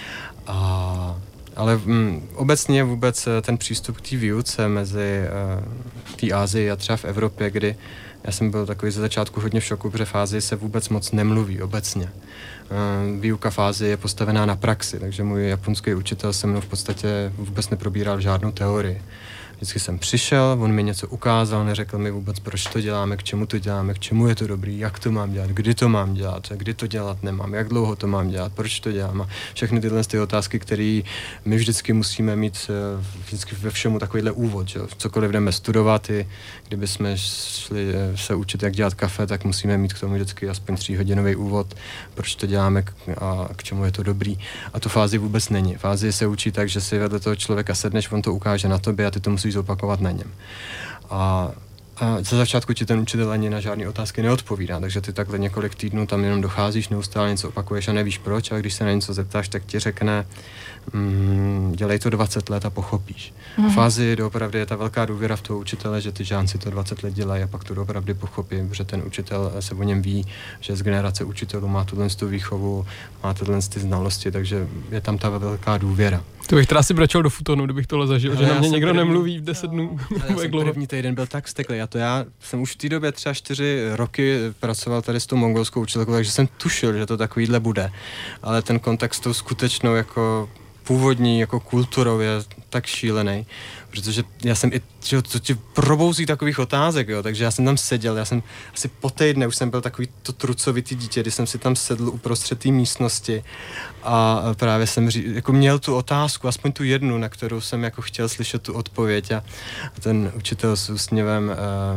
Ale obecně vůbec ten přístup k té výuce mezi té Asii a třeba v Evropě, kdy já jsem byl takový ze začátku hodně v šoku, protože v Asii se vůbec moc nemluví obecně. Výuka v Asii je postavená na praxi, takže můj japonský učitel se mnou v podstatě vůbec neprobíral žádnou teorii. Vždycky jsem přišel, on mi něco ukázal, neřekl mi vůbec, proč to děláme, k čemu je to dobrý, jak to mám dělat, kdy to mám dělat, kdy to dělat nemám, jak dlouho to mám dělat, proč to dělám. A všechny tyhle ty otázky, které my vždycky musíme mít vždycky ve všemu takovýhle úvod, že? Cokoliv jdeme studovat, i kdyby jsme šli se učit, jak dělat kafe, tak musíme mít k tomu vždycky aspoň 3hodinový úvod, proč to děláme a k čemu je to dobrý. A to v Asii vůbec není. V Asii se učí tak, že si vedle toho člověka sedneš, on to ukáže na tobě a ty to musíš zopakovat na něm. A za začátku ti ten učitel ani na žádné otázky neodpovídá, takže ty takhle několik týdnů tam jenom docházíš, neustále něco opakuješ a nevíš proč, a když se na něco zeptáš, tak ti řekne dělej to 20 let a pochopíš. V Asii doopravdy je ta velká důvěra v toho učitele, že ty žánci to 20 let dělají a pak to doopravdy pochopí, protože ten učitel se o něm ví, že z generace učitelů má tuhle výchovu, má tyhle znalosti, takže je tam ta velká důvěra. To bych teda si brečel do futonu, kdybych tohle zažil, že na mě někdo nemluví v 10 dnů. První týden byl tak vzteklý. Já jsem už v té době třeba 4 roky pracoval tady s tou mongolskou učitelkou, takže jsem tušil, že to takovýhle bude. Ale ten kontakt s tou skutečnou jako původní jako kulturou je tak šílený, protože já jsem i, že to ti probouzí takových otázek, jo, takže já jsem tam seděl, já jsem asi po týdne už jsem byl takový to trucovitý dítě, kdy jsem si tam sedl uprostřed té místnosti a právě jsem jako měl tu otázku, aspoň tu jednu, na kterou jsem jako chtěl slyšet tu odpověď a ten učitel s úsměvem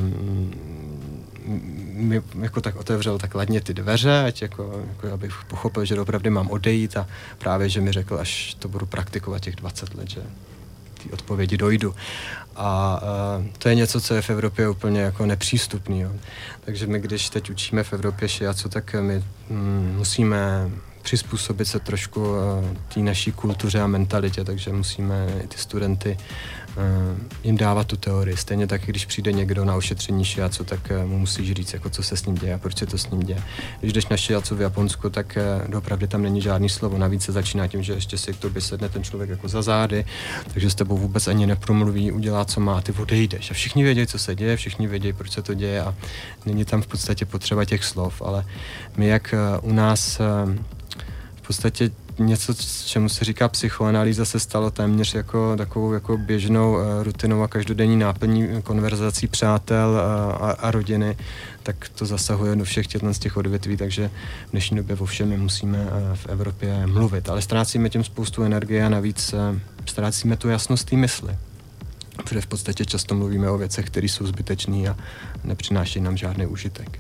mi jako tak otevřel tak ladně ty dveře, ať jako abych pochopil, že opravdu mám odejít a právě, že mi řekl, až to budu praktikovat těch 20 let, že ty odpovědi dojdu. A to je něco, co je v Evropě úplně jako nepřístupný. Jo. Takže my, když teď učíme v Evropě shiatsu, tak my musíme přizpůsobit se trošku té naší kultuře a mentalitě, takže musíme ty studenty jim dávat tu teorii. Stejně tak, když přijde někdo na ošetření shiatsu, tak mu musíš říct, jako, co se s ním děje a proč se to s ním děje. Když jdeš na shiatsu v Japonsku, tak opravdu tam není žádný slovo. Navíc se začíná tím, že ještě si k tobě sedne ten člověk jako za zády, takže s tebou vůbec ani nepromluví, udělá, co má, a ty odejdeš. A všichni vědí, co se děje, všichni vědí, proč se to děje a není tam v podstatě potřeba těch slov, ale my jak u nás v podstatě něco, čemu se říká psychoanalýza, se stalo téměř jako takovou jako běžnou rutinou a každodenní náplní konverzací přátel a rodiny, tak to zasahuje do všech těch odvětví, takže v dnešní době o všem my musíme v Evropě mluvit, ale ztrácíme tím spoustu energie a navíc ztrácíme tu jasnost té mysli. Protože v podstatě často mluvíme o věcech, které jsou zbytečné a nepřinášejí nám žádný užitek.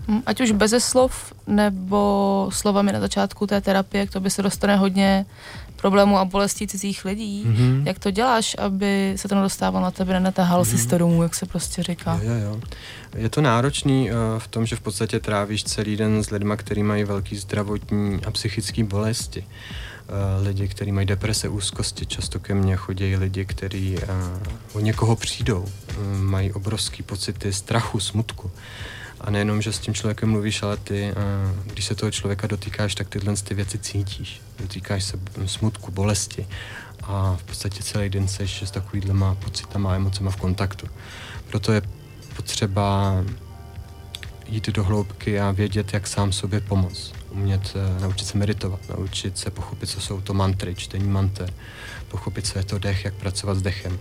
Ať už beze slov, nebo slovami na začátku té terapie, k tobě se dostane hodně problémů a bolestí cizích lidí. Jak to děláš, aby se to nedostávalo na tebe, nenatahal si to domů, jak se prostě říká? Jo. Je to náročný v tom, že v podstatě trávíš celý den s lidma, kteří mají velký zdravotní a psychické bolesti. Lidi, kteří mají deprese, úzkosti, často ke mně chodí lidi, kteří od někoho přijdou, mají obrovský pocity strachu, smutku. A nejenom, že s tím člověkem mluvíš, ale ty, když se toho člověka dotýkáš, tak tyhle ty věci cítíš. Dotýkáš se smutku, bolesti a v podstatě celý den seš s takovýhlema pocitama a emocema v kontaktu. Proto je potřeba jít do hloubky a vědět, jak sám sobě pomoct. Naučit se meditovat, naučit se pochopit, co jsou to mantry, čtení manter, pochopit, co je to dech, jak pracovat s dechem.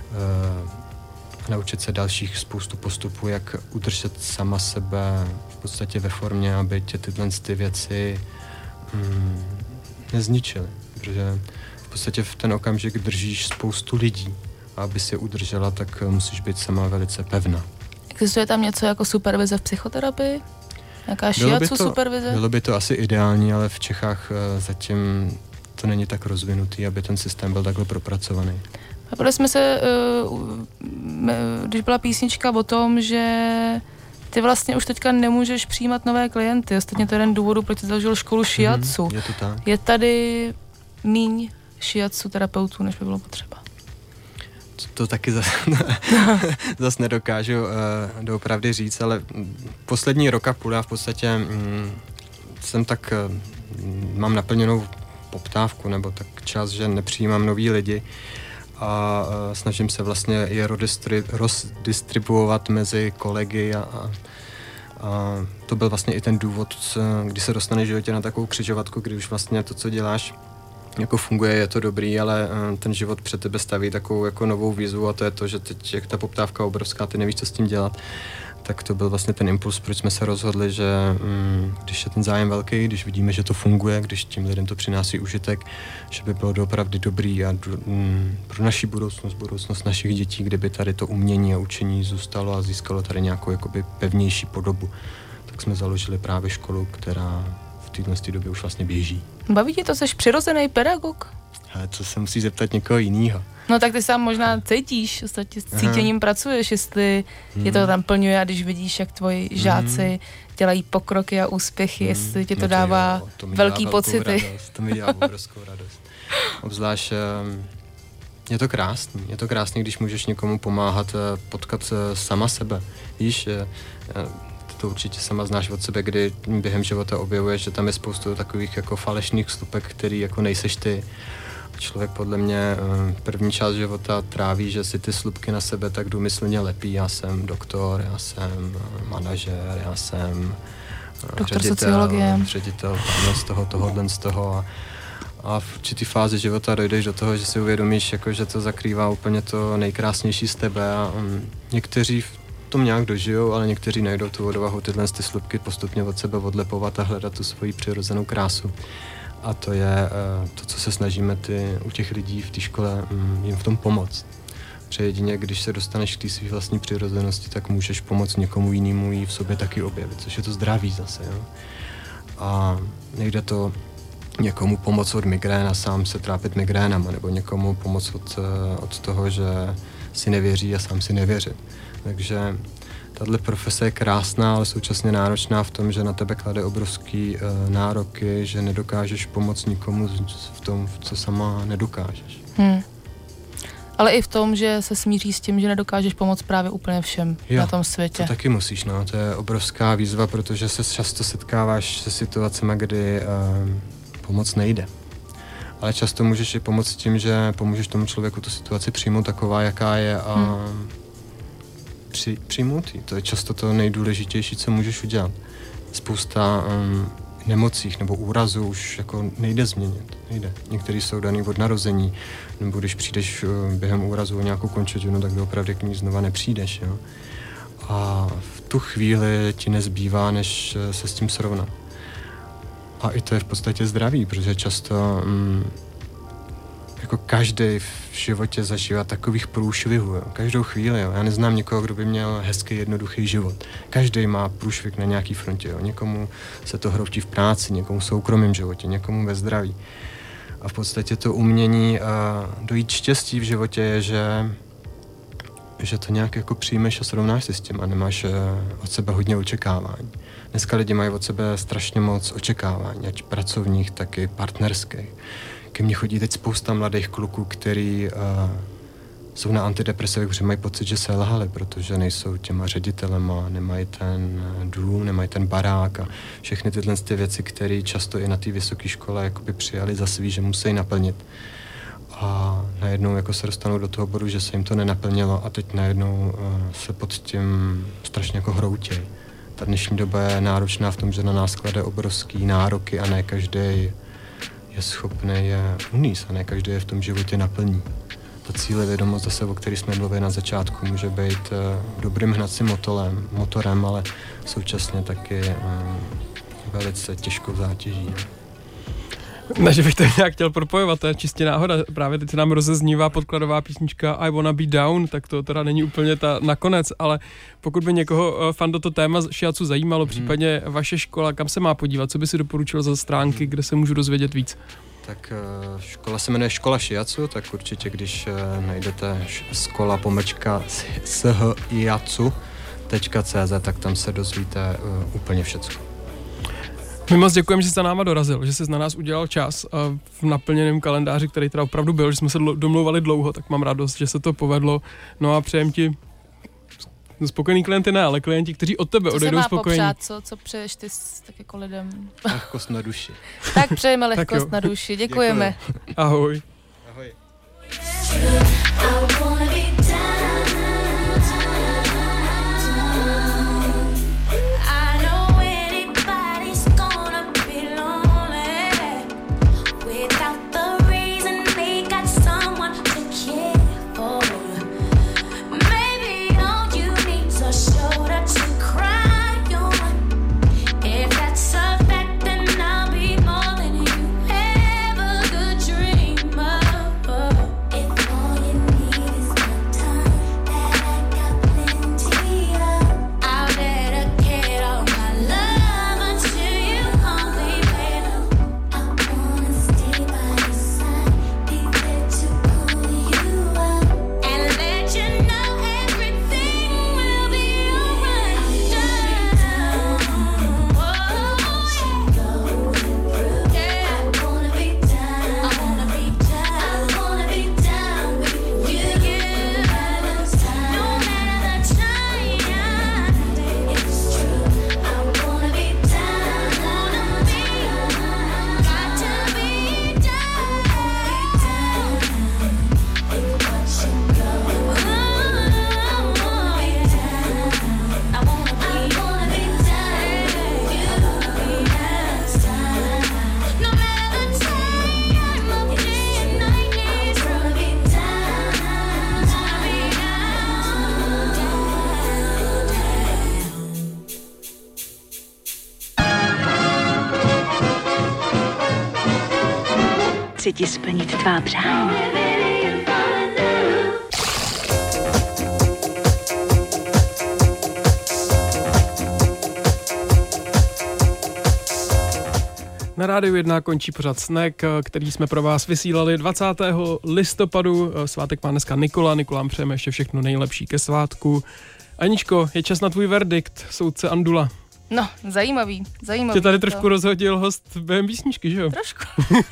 Naučit se dalších spoustu postupů, jak udržet sama sebe v podstatě ve formě, aby tě tyhle ty věci nezničily. Protože v podstatě v ten okamžik držíš spoustu lidí a aby si je udržela, tak musíš být sama velice pevná. Existuje tam něco jako supervize v psychoterapii? Nějaká shiatsu supervize? Bylo by to asi ideální, ale v Čechách zatím to není tak rozvinutý, aby ten systém byl takhle propracovaný. A protože jsme se, když byla písnička o tom, že ty vlastně už teďka nemůžeš přijímat nové klienty. Ostatně to je jeden důvodu, proč jsi založil školu shiatsu. Je to tak. Je tady míň shiatsu terapeutů, než by bylo potřeba? To taky zas nedokážu doopravdy říct, ale poslední rok a půl já v podstatě jsem tak, mám naplněnou poptávku, nebo tak čas, že nepřijímám nový lidi a snažím se vlastně je rozdistribuovat mezi kolegy a to byl vlastně i ten důvod, kdy se dostaneš v životě na takovou křižovatku, kdy už vlastně to, co děláš, jako funguje, je to dobrý, ale ten život před tebe staví takovou jako novou výzvu a to je to, že teď, jak ta poptávka obrovská, ty nevíš, co s tím dělat, tak to byl vlastně ten impuls, proč jsme se rozhodli, že když je ten zájem velký, když vidíme, že to funguje, když tím lidem to přináší užitek, že by bylo doopravdy dobrý a pro naši budoucnost našich dětí, kdyby tady to umění a učení zůstalo a získalo tady nějakou jakoby pevnější podobu, tak jsme založili právě školu, která v této době už vlastně běží. Baví tě to, jsi přirozený pedagog? Ale to se musí zeptat někoho jiného. No tak ty sám možná cítíš, ostatně s cítěním pracuješ, jestli je to tam plňuje a když vidíš, jak tvoji žáci dělají pokroky a úspěchy, jestli ti to dává velký pocity. Radost, to mi dělá obrovskou radost. Obzvlášť je to krásný, když můžeš někomu pomáhat potkat sama sebe. Víš, to určitě sama znáš od sebe, kdy během života objevuješ, že tam je spoustu takových jako falešných slupek, který jako nejseš ty. Člověk podle mě první část života tráví, že si ty slupky na sebe tak důmyslně lepí. Já jsem doktor, já jsem manažer, já jsem ředitel tohohle z toho. A v určitý fázi života dojdeš do toho, že si uvědomíš, jako, že to zakrývá úplně to nejkrásnější z tebe a někteří v tom nějak dožijou, ale někteří najdou tu odvahu tyhle ty slupky postupně od sebe odlepovat a hledat tu svoji přirozenou krásu. A to je to, co se snažíme u těch lidí v té škole jim v tom pomoct. Protože jedině, když se dostaneš k té své vlastní přirozenosti, tak můžeš pomoct někomu jinému ji v sobě taky objevit, což je to zdraví zase. Jo? A nejde to někomu pomoct od migrén a sám se trápit migrénama, nebo někomu pomoct od toho, že si nevěří a sám si nevěří. Takže tato profese je krásná, ale současně náročná v tom, že na tebe klade obrovský nároky, že nedokážeš pomoct nikomu v tom, co sama nedokážeš. Ale i v tom, že se smíří s tím, že nedokážeš pomoct právě úplně všem na tom světě. To taky musíš, no. To je obrovská výzva, protože se často setkáváš se situacemi, kdy pomoc nejde. Ale často můžeš i pomoct tím, že pomůžeš tomu člověku tu situaci přijmout taková, jaká je a přijmout ji. To je často to nejdůležitější, co můžeš udělat. Spousta nemocích nebo úrazů už jako nejde změnit. Nejde. Některý jsou daný od narození, nebo když přijdeš během úrazu o nějakou končetinu, tak opravdu k ní znova nepřijdeš. Jo? A v tu chvíli ti nezbývá, než se s tím srovnat. A i to je v podstatě zdraví, protože často jako každý v životě zažívá takových průšvihů, jo. Každou chvíli, jo. Já neznám nikoho, kdo by měl hezký, jednoduchý život. Každý má průšvih na nějaký frontě, jo. Někomu se to hroutí v práci, někomu v soukromém životě, někomu ve zdraví. A v podstatě to umění dojít štěstí v životě je, že to nějak jako přijmeš a srovnáš se s tím a nemáš od sebe hodně očekávání. Dneska lidi mají od sebe strašně moc očekávání, ať pracovních, tak i partnerských. Ke mně chodí teď spousta mladých kluků, který jsou na antidepresivech, protože mají pocit, že se lhali, protože nejsou těma ředitelema, nemají ten dům, nemají ten barák a všechny tyhle věci, které často i na té vysoké škole jakoby přijali za svý, že musí naplnit. A najednou jako se dostanou do toho bodu, že se jim to nenaplnilo a teď najednou se pod tím strašně jako hroutějí. Ta dnešní doba je náročná v tom, že na nás klade obrovský nároky a ne každý je schopný je uníst a ne každý je v tom životě naplní. Ta cílevědomost zase, o který jsme mluvili na začátku, může být dobrým hnacím motorem, ale současně taky velice těžkou zátěží. Ne, že bych to nějak chtěl propojovat, to je čistě náhoda. Právě teď se nám rozeznívá podkladová písnička I Wanna Be Down, tak to teda není úplně ta nakonec, ale pokud by někoho fan toto téma šiacu zajímalo, případně vaše škola, kam se má podívat, co by si doporučil za stránky, kde se můžu dozvědět víc? Tak škola se jmenuje Škola šiacu, tak určitě, když najdete skola-shiacu.cz, tak tam se dozvíte úplně všecko. My moc děkujeme, že jsi za náma dorazil, že jsi na nás udělal čas v naplněném kalendáři, který teda opravdu byl, že jsme se domlouvali dlouho, tak mám radost, že se to povedlo. No a přejem ti spokojený klienty ne, ale klienti, kteří od tebe odejdou spokojení. Co přeješ ty tak jako lidem? Lehkost na duši. Tak přejeme lehkost na duši, děkujeme. Děkuji. Ahoj. Ahoj. Chci ti splnit tvá přání. Na Rádiu 1 končí pořad Snack, který jsme pro vás vysílali 20. listopadu. Svátek má dneska Nikola. Nikolám přejeme ještě všechno nejlepší ke svátku. Aničko, je čas na tvůj verdikt, soudce Andula. No, zajímavý. Tě tady trošku rozhodil host během písničky, že jo? Trošku.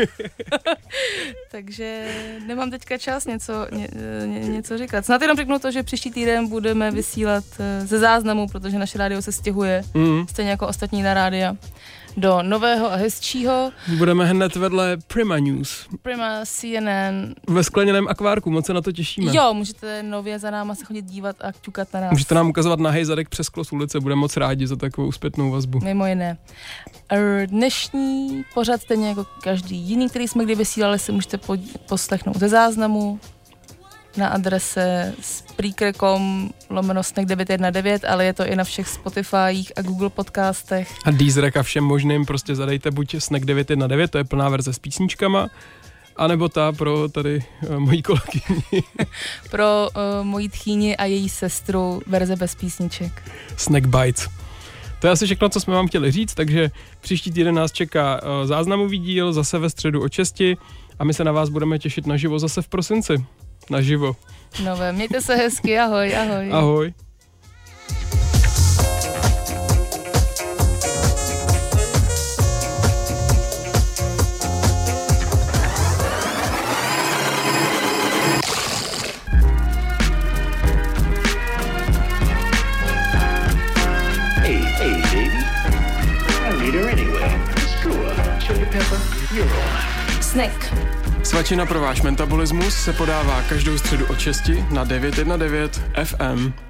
Takže nemám teďka čas něco říkat. Snad jenom řeknu to, že příští týden budeme vysílat ze záznamu, protože naše rádio se stěhuje, stejně jako ostatní na rádia, do nového a hezčího. Budeme hned vedle Prima News. Prima CNN. Ve skleněném akvárku, moc se na to těšíme. Jo, můžete nově za náma se chodit dívat a ťukat na nás. Můžete nám ukazovat nahej zadek přes sklo z ulice, budeme moc rádi za takovou zpětnou vazbu. Mimo jiné. Dnešní pořad, stejně jako každý jiný, který jsme kdy vysílali, si můžete poslechnout ze záznamu na adrese spreaker.com/snack919, ale je to i na všech Spotifyích a Google podcastech. A Deezerek a všem možným prostě zadejte buď Snack 919, to je plná verze s písničkama, A nebo ta pro tady mojí kolegyni. Pro moji tchýni a její sestru verze bez písniček. Snack Bites. To je asi všechno, co jsme vám chtěli říct, takže příští týden nás čeká záznamový díl, zase ve středu od 6 a my se na vás budeme těšit naživo zase v prosinci. Naživo. No, mějte se hezky, ahoj, ahoj. Ahoj. Snack. Svačina pro váš metabolismus se podává každou středu od 6 na 919 FM.